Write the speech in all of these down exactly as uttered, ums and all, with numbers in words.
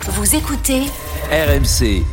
Vous écoutez R M C.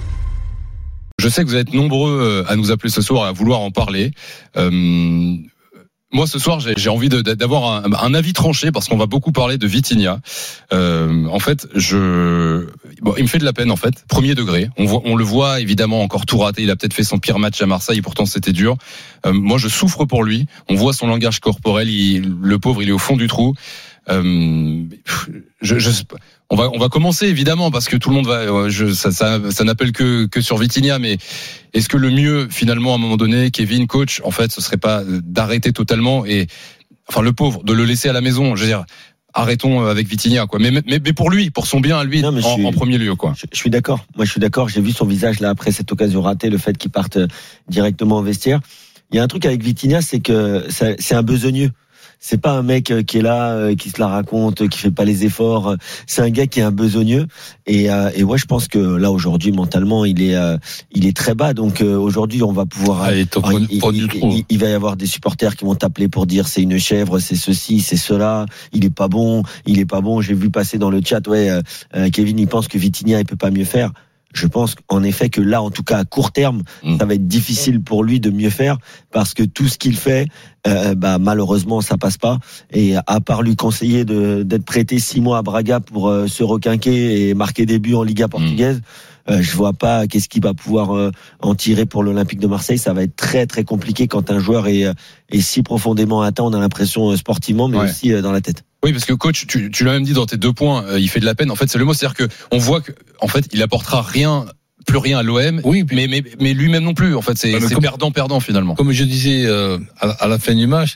Je sais que vous êtes nombreux à nous appeler ce soir et à vouloir en parler. Euh, moi, ce soir, j'ai, j'ai envie de, d'avoir un, un avis tranché parce qu'on va beaucoup parler de Vitinha. Euh, en fait, je, bon, il me fait de la peine en fait, premier degré. On voit, on le voit évidemment encore tout raté. Il a peut-être fait son pire match à Marseille et pourtant c'était dur. Euh, moi, je souffre pour lui. On voit son langage corporel. Il, le pauvre, il est au fond du trou. Euh, je, je, on va, on va commencer évidemment parce que tout le monde va, je, ça, ça, ça n'appelle que, que sur Vitinha, mais est-ce que le mieux finalement à un moment donné, Kevin, coach, en fait, ce serait pas d'arrêter totalement et, enfin, le pauvre, de le laisser à la maison, je veux dire, arrêtons avec Vitinha, quoi. Mais, mais, mais pour lui, pour son bien à lui, non, en, suis, en premier lieu, quoi. Je, je suis d'accord. Moi, je suis d'accord. J'ai vu son visage là après cette occasion ratée, le fait qu'il parte directement au vestiaire. Il y a un truc avec Vitinha, c'est que ça, c'est un besogneux. C'est pas un mec qui est là, qui se la raconte, qui fait pas les efforts. C'est un gars qui est un besogneux. Et, euh, et ouais, je pense que là aujourd'hui mentalement, il est, euh, il est très bas. Donc euh, aujourd'hui, on va pouvoir. Ah, il, est au il, il, il, il, il va y avoir des supporters qui vont t'appeler pour dire c'est une chèvre, c'est ceci, c'est cela. Il est pas bon, il est pas bon. J'ai vu passer dans le chat, ouais, euh, Kevin, il pense que Vitinha il peut pas mieux faire. Je pense en effet que là, en tout cas à court terme, mmh. ça va être difficile pour lui de mieux faire parce que tout ce qu'il fait, euh, bah malheureusement, ça passe pas. Et à part lui conseiller de d'être prêté six mois à Braga pour euh, se requinquer et marquer des buts en Liga portugaise, mmh. euh, je vois pas qu'est-ce qu'il va pouvoir euh, en tirer pour l'Olympique de Marseille. Ça va être très très compliqué quand un joueur est est si profondément atteint. On a l'impression euh, sportivement, mais ouais. aussi euh, dans la tête. Oui, parce que coach, tu, tu l'as même dit dans tes deux points, euh, il fait de la peine. En fait, c'est le mot, c'est-à-dire que on voit que, en fait, il apportera rien, plus rien à l'O M. Oui, mais mais mais lui-même non plus. En fait, c'est, c'est comme, perdant, perdant finalement. Comme je disais euh, à, à la fin du match,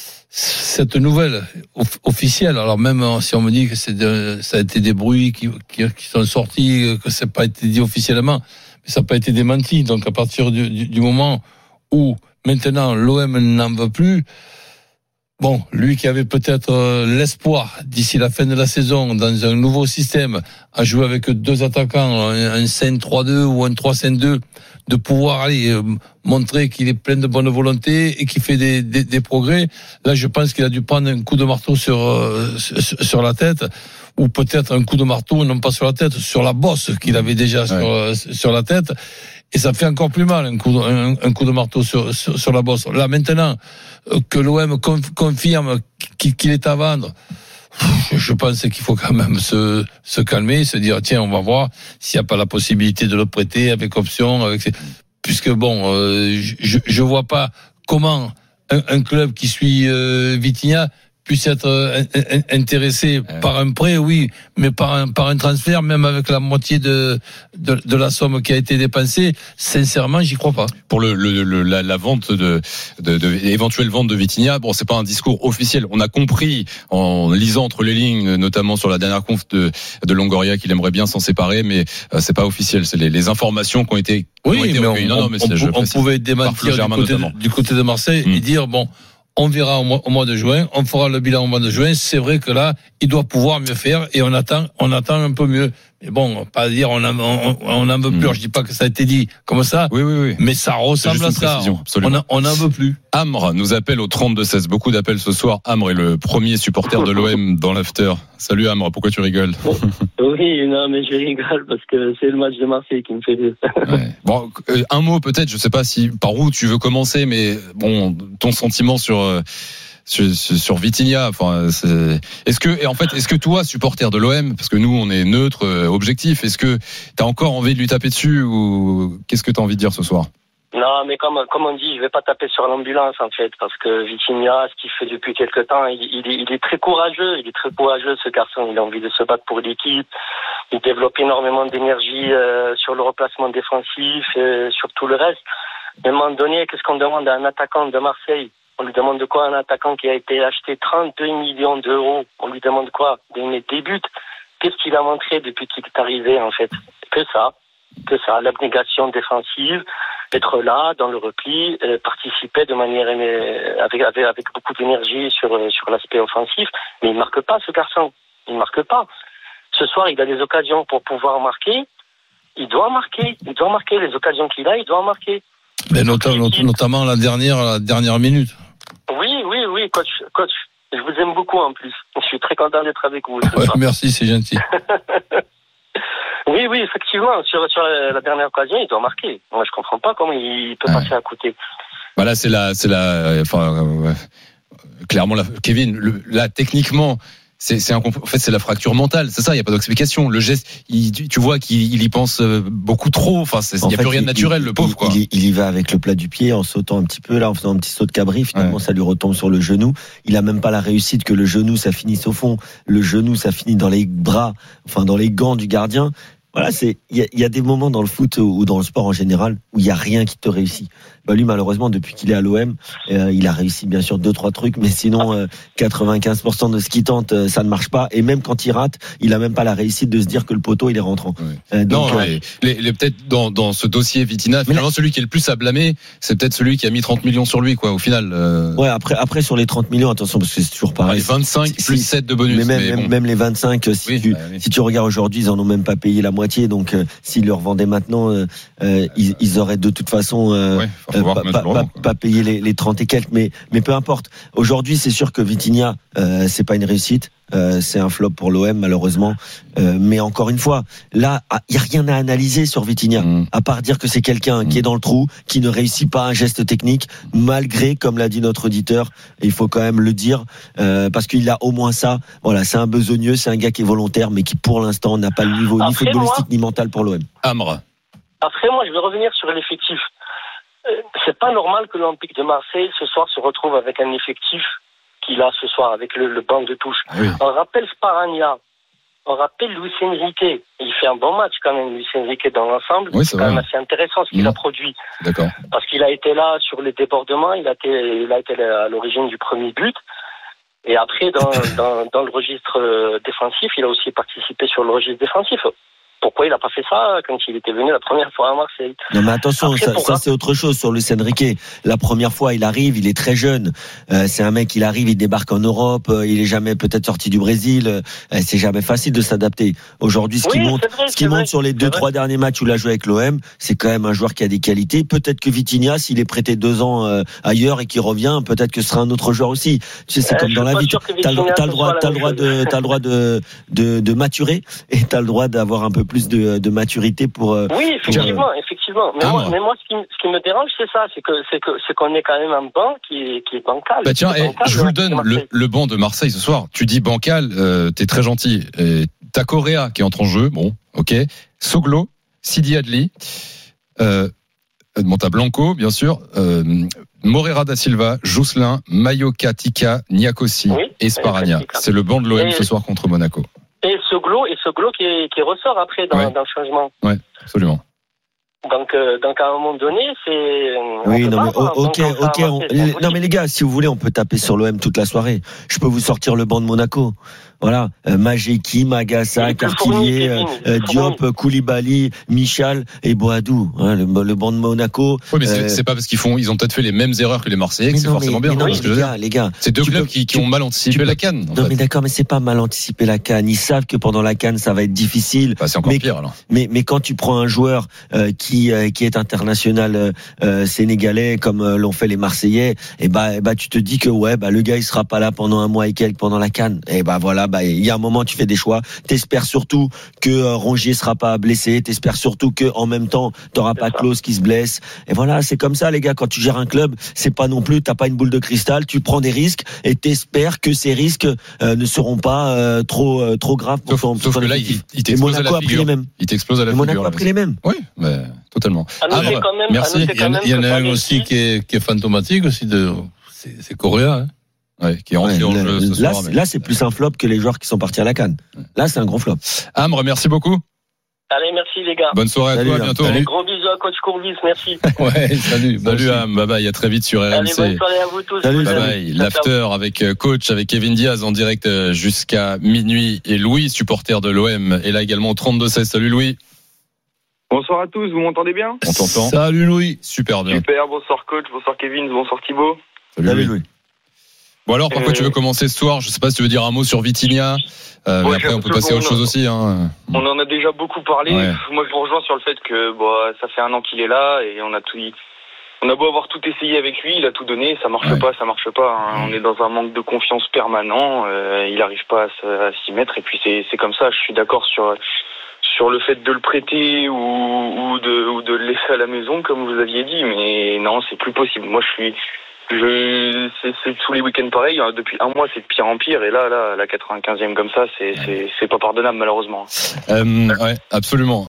cette nouvelle officielle. Alors même si on me dit que c'est de, ça a été des bruits qui, qui, qui sont sortis, que ça n'a pas été dit officiellement, mais ça n'a pas été démenti. Donc à partir du, du, du moment où maintenant l'O M n'en veut plus. Bon, lui qui avait peut-être euh, l'espoir d'ici la fin de la saison dans un nouveau système à jouer avec deux attaquants, un, un cinq trois deux ou un trois cinq deux, de pouvoir aller euh, montrer qu'il est plein de bonne volonté et qu'il fait des, des, des progrès. Là, je pense qu'il a dû prendre un coup de marteau sur euh, sur la tête, ou peut-être un coup de marteau, non pas sur la tête, sur la bosse qu'il avait déjà sur ouais. sur la tête. Et ça fait encore plus mal, un coup de, un, un coup de marteau sur, sur, sur la bosse. Là, maintenant, que l'O M confirme qu'il est à vendre, je pense qu'il faut quand même se, se calmer, se dire, tiens, on va voir s'il n'y a pas la possibilité de le prêter avec option, avec ses... puisque bon, euh, je, je vois pas comment un, un club qui suit euh, Vitinha puisse être euh, intéressé ouais. par un prêt, oui, mais par un, par un transfert, même avec la moitié de, de, de la somme qui a été dépensée, sincèrement, j'y crois pas. Pour le, le, le la, la vente de, de, de, l'éventuelle vente de Vitinha, bon, c'est pas un discours officiel. On a compris, en lisant entre les lignes, notamment sur la dernière conf de, de Longoria, qu'il aimerait bien s'en séparer, mais euh, c'est pas officiel. C'est les, les informations qui ont été, oui, ont été mais recueilles. on, non, non, mais on, c'est, on, on pouvait démentir du côté, de, du côté de Marseille hum. et dire, bon, on verra au mois, au mois de juin, on fera le bilan au mois de juin. C'est vrai que là, il doit pouvoir mieux faire et on attend, on attend un peu mieux. Mais bon, pas dire on en, on, on en veut plus. Mmh. Je dis pas que ça a été dit comme ça. Oui, oui, oui. Mais ça ressemble à ça. On, a, on en veut plus. Amr nous appelle au trente-deux seize. Beaucoup d'appels ce soir. Amr est le premier supporter de l'O M dans l'after. Salut Amr, pourquoi tu rigoles? Oui, non, mais je rigole parce que c'est le match de Marseille qui me fait rire. Ouais. Bon, euh, un mot peut-être. Je sais pas si par où tu veux commencer, mais bon, ton sentiment sur. Euh, Sur, sur Vitinha, enfin, c'est... est-ce que, et en fait, est-ce que toi, supporter de l'O M, parce que nous, on est neutre, euh, objectif, est-ce que t'as encore envie de lui taper dessus ou qu'est-ce que t'as envie de dire ce soir? Non, mais comme, comme on dit, je vais pas taper sur l'ambulance, en fait, parce que Vitinha, ce qu'il fait depuis quelque temps, il, il, est, il est très courageux, il est très courageux, ce garçon, il a envie de se battre pour l'équipe, il développe énormément d'énergie euh, sur le replacement défensif, et sur tout le reste. Mais à un moment donné, qu'est-ce qu'on demande à un attaquant de Marseille? On lui demande de quoi? Un attaquant qui a été acheté trente-deux millions d'euros. On lui demande quoi? De mettre des buts. Qu'est-ce qu'il a montré depuis qu'il est arrivé, en fait? Que ça. Que ça. L'abnégation défensive, être là, dans le repli, euh, participer de manière, euh, avec, avec, avec beaucoup d'énergie sur, euh, sur l'aspect offensif. Mais il ne marque pas, ce garçon. Il ne marque pas. Ce soir, il a des occasions pour pouvoir marquer. Il doit marquer. Il doit marquer. Les occasions qu'il a, il doit marquer. Mais notamment, notamment la dernière, la dernière minute. Oui, oui, oui, coach, coach. Je vous aime beaucoup en plus. Je suis très content d'être avec vous. Ouais, merci, c'est gentil. oui, effectivement. Sur, sur la, la dernière occasion, il doit marquer. Moi, je comprends pas comment il peut ouais. passer à côté. Voilà, c'est la, c'est la, enfin, euh, clairement, la, Kevin, le, là, techniquement, c'est, c'est un, en fait, c'est la fracture mentale. C'est ça, il n'y a pas d'explication. Le geste, il, tu vois qu'il il y pense beaucoup trop. Enfin, il n'y a fait, plus rien de naturel, il, le pauvre, il, quoi. Il, il y va avec le plat du pied, en sautant un petit peu, là, en faisant un petit saut de cabri. Finalement, ouais. ça lui retombe sur le genou. Il a même pas la réussite que le genou, ça finisse au fond. Le genou, ça finit dans les bras, enfin, dans les gants du gardien. Voilà, c'est, il y a, y a des moments dans le foot ou dans le sport en général où il y a rien qui te réussit. Bah lui, malheureusement, depuis qu'il est à l'O M, euh, il a réussi bien sûr deux trois trucs, mais sinon euh, quatre-vingt-quinze pour cent de ce qu'il tente, euh, ça ne marche pas. Et même quand il rate, il a même pas la réussite de se dire que le poteau il est rentrant. Oui. Euh, donc, non, euh, les, les, peut-être dans, dans ce dossier Vitinha, finalement là, celui qui est le plus à blâmer, c'est peut-être celui qui a mis trente millions sur lui, quoi. Au final. Euh... Ouais, après, après sur les trente millions, attention parce que c'est toujours pareil. Ah, les vingt-cinq si, plus si, sept de bonus. Mais même, mais même, bon. même les vingt-cinq, si, oui, tu, bah, oui. si tu regardes aujourd'hui, ils en ont même pas payé la moitié. Donc euh, s'ils le revendaient maintenant, euh, euh, ils, ils auraient de toute façon euh, ouais, euh, pas, pas, pas, pas payé les, les trente et quelques. Mais, mais peu importe. Aujourd'hui, c'est sûr que Vitinha, euh, c'est pas une réussite. Euh, c'est un flop pour l'O M malheureusement, euh, mais encore une fois, là, il y a rien à analyser sur Vitinha, mmh. à part dire que c'est quelqu'un mmh. qui est dans le trou, qui ne réussit pas un geste technique, malgré, comme l'a dit notre auditeur, il faut quand même le dire, euh, parce qu'il a au moins ça. Voilà, c'est un besogneux, c'est un gars qui est volontaire, mais qui pour l'instant n'a pas le niveau Après, ni footballistique moi, ni mental pour l'O M. Amre. Après moi, je vais revenir sur l'effectif. Euh, c'est pas normal que l'Olympique de Marseille ce soir se retrouve avec un effectif qu'il a ce soir avec le, le banc de touche. Oui. On rappelle Sparagna, on rappelle Luis Enrique. Il fait un bon match quand même, Luis Enrique dans l'ensemble. Oui, c'est, c'est quand même assez intéressant ce qu'il mmh. a produit. D'accord. Parce qu'il a été là sur les débordements, il a été, il a été à l'origine du premier but. Et après, dans, dans, dans le registre défensif, il a aussi participé sur le registre défensif. Pourquoi il n'a pas fait ça quand il était venu la première fois à Marseille? Non mais attention, Après, ça, ça c'est autre chose sur Luis Enrique. La première fois, il arrive, il est très jeune. Euh, c'est un mec, il arrive, il débarque en Europe. Euh, il est jamais peut-être sorti du Brésil. Euh, c'est jamais facile de s'adapter. Aujourd'hui, ce oui, qui monte, vrai, ce qui monte sur les deux, trois derniers matchs où il a joué avec l'O M, c'est quand même un joueur qui a des qualités. Peut-être que Vitinha, s'il est prêté deux ans euh, ailleurs et qu'il revient, peut-être que ce sera un autre joueur aussi. Tu sais, c'est euh, comme dans la vie. T'as le droit, t'as le droit de, t'as le droit de, de, de maturer et t'as le droit d'avoir un peu plus de, de maturité pour. Euh, oui, effectivement, pour, euh... effectivement. Mais, ah, moi, mais moi, ce qui, ce qui me dérange, c'est ça, c'est que, c'est que, c'est qu'on est quand même un banc qui est, qui est bancal. Bah tiens, est bancal, je vous le donne, le, le banc de Marseille ce soir. Tu dis bancal, euh, t'es très gentil. Et t'as Correa qui entre en jeu, bon, ok. Soglo, Sidi Adli, euh, Monta Blanco, bien sûr. Euh, Moreira da Silva, Jousselin, Mayoka, Tika, Niakosi oui, et Sparagna. C'est le banc de l'O M et... ce soir contre Monaco. Et ce glow, et ce glow qui, qui ressort après dans, ouais. dans le changement. Oui, absolument. Donc, euh, donc à un moment donné, c'est. Oui, non mais oh, ok, ok. On, les, non mais les gars, si vous voulez, on peut taper sur l'O M toute la soirée. Je peux vous sortir le banc de Monaco. Voilà, euh, Majeki, Magassa, Cartillier, euh, euh, Diop, Koulibaly, Michal et Boadou. Hein, le, le banc de Monaco. Oui, mais c'est, euh... c'est pas parce qu'ils font, ils ont peut-être fait les mêmes erreurs que les Marseillais que c'est non, forcément mais, bien. Mais non, mais les, gars, les gars, c'est deux clubs peux, qui, qui ont mal anticipé la CAN. Non, fait. mais d'accord, mais c'est pas mal anticipé la CAN. Ils savent que pendant la CAN, ça va être difficile. Bah, c'est encore mais, pire alors. Mais, mais quand tu prends un joueur euh, qui euh, qui est international euh, sénégalais comme euh, l'ont fait les Marseillais, et bah, et bah tu te dis que ouais, bah le gars il sera pas là pendant un mois et quelques pendant la CAN. Et bah voilà, bah il y a un moment tu fais des choix. T'espères surtout que euh, Rongier sera pas blessé. T'espères surtout que en même temps t'auras pas Klose qui se blesse. Et voilà, c'est comme ça les gars. Quand tu gères un club, c'est pas non plus t'as pas une boule de cristal. Tu prends des risques et t'espères que ces risques euh, ne seront pas euh, trop euh, trop graves pour sauf, ton. Sauf pour que là, il, il t'explose à la figure. Il t'explose à la et figure. Monaco a pris les mêmes. Oui, mais totalement. Ah, même, merci. Il y en, il y en a un aussi qui est, qui est fantomatique aussi de. C'est, c'est Correa. Hein. Ouais, qui est rentré ouais, en jeu ce là, soir. C'est, mais... Là, c'est plus un flop que les joueurs qui sont partis à la CAN. Là, c'est un gros flop. Amre, merci beaucoup. Allez, merci les gars. Bonne soirée salut, à toi, à bientôt. Allez, gros bisous à coach Courbis, merci. ouais, salut. Salut Am, bye bye, à très vite sur R M C. Allez, bonne soirée à vous tous. Salut, bye bye. L'after avec coach, avec Kevin Diaz en direct jusqu'à minuit. Et Louis, supporter de l'O M, est là également au trente-deux seize. Salut Louis. Bonsoir à tous, vous m'entendez bien? On t'entend. Salut Louis. Super bien. Super, bonsoir coach, bonsoir Kevin, bonsoir Thibaut. Salut, Salut Louis. Bon alors, par quoi euh... tu veux commencer ce soir? Je sais pas si tu veux dire un mot sur Vitinha. Euh, ouais, mais après, on peut passer à autre chose aussi. Hein. On en a déjà beaucoup parlé. Ouais. Moi, je vous rejoins sur le fait que bah, ça fait un an qu'il est là et on a tout. On a beau avoir tout essayé avec lui, il a tout donné, ça marche ouais. pas, ça marche pas. Hein. On est dans un manque de confiance permanent. Euh, il arrive pas à, à s'y mettre et puis c'est, c'est comme ça. Je suis d'accord sur sur le fait de le prêter ou, ou de ou de le laisser à la maison, comme vous aviez dit. Mais non, c'est plus possible. Moi, je suis, je, c'est, c'est tous les week-ends pareil. Depuis un mois, c'est de pire en pire. Et là, là, la quatre-vingt-quinzième comme ça, c'est, c'est, c'est pas pardonnable malheureusement. Euh, ouais, absolument.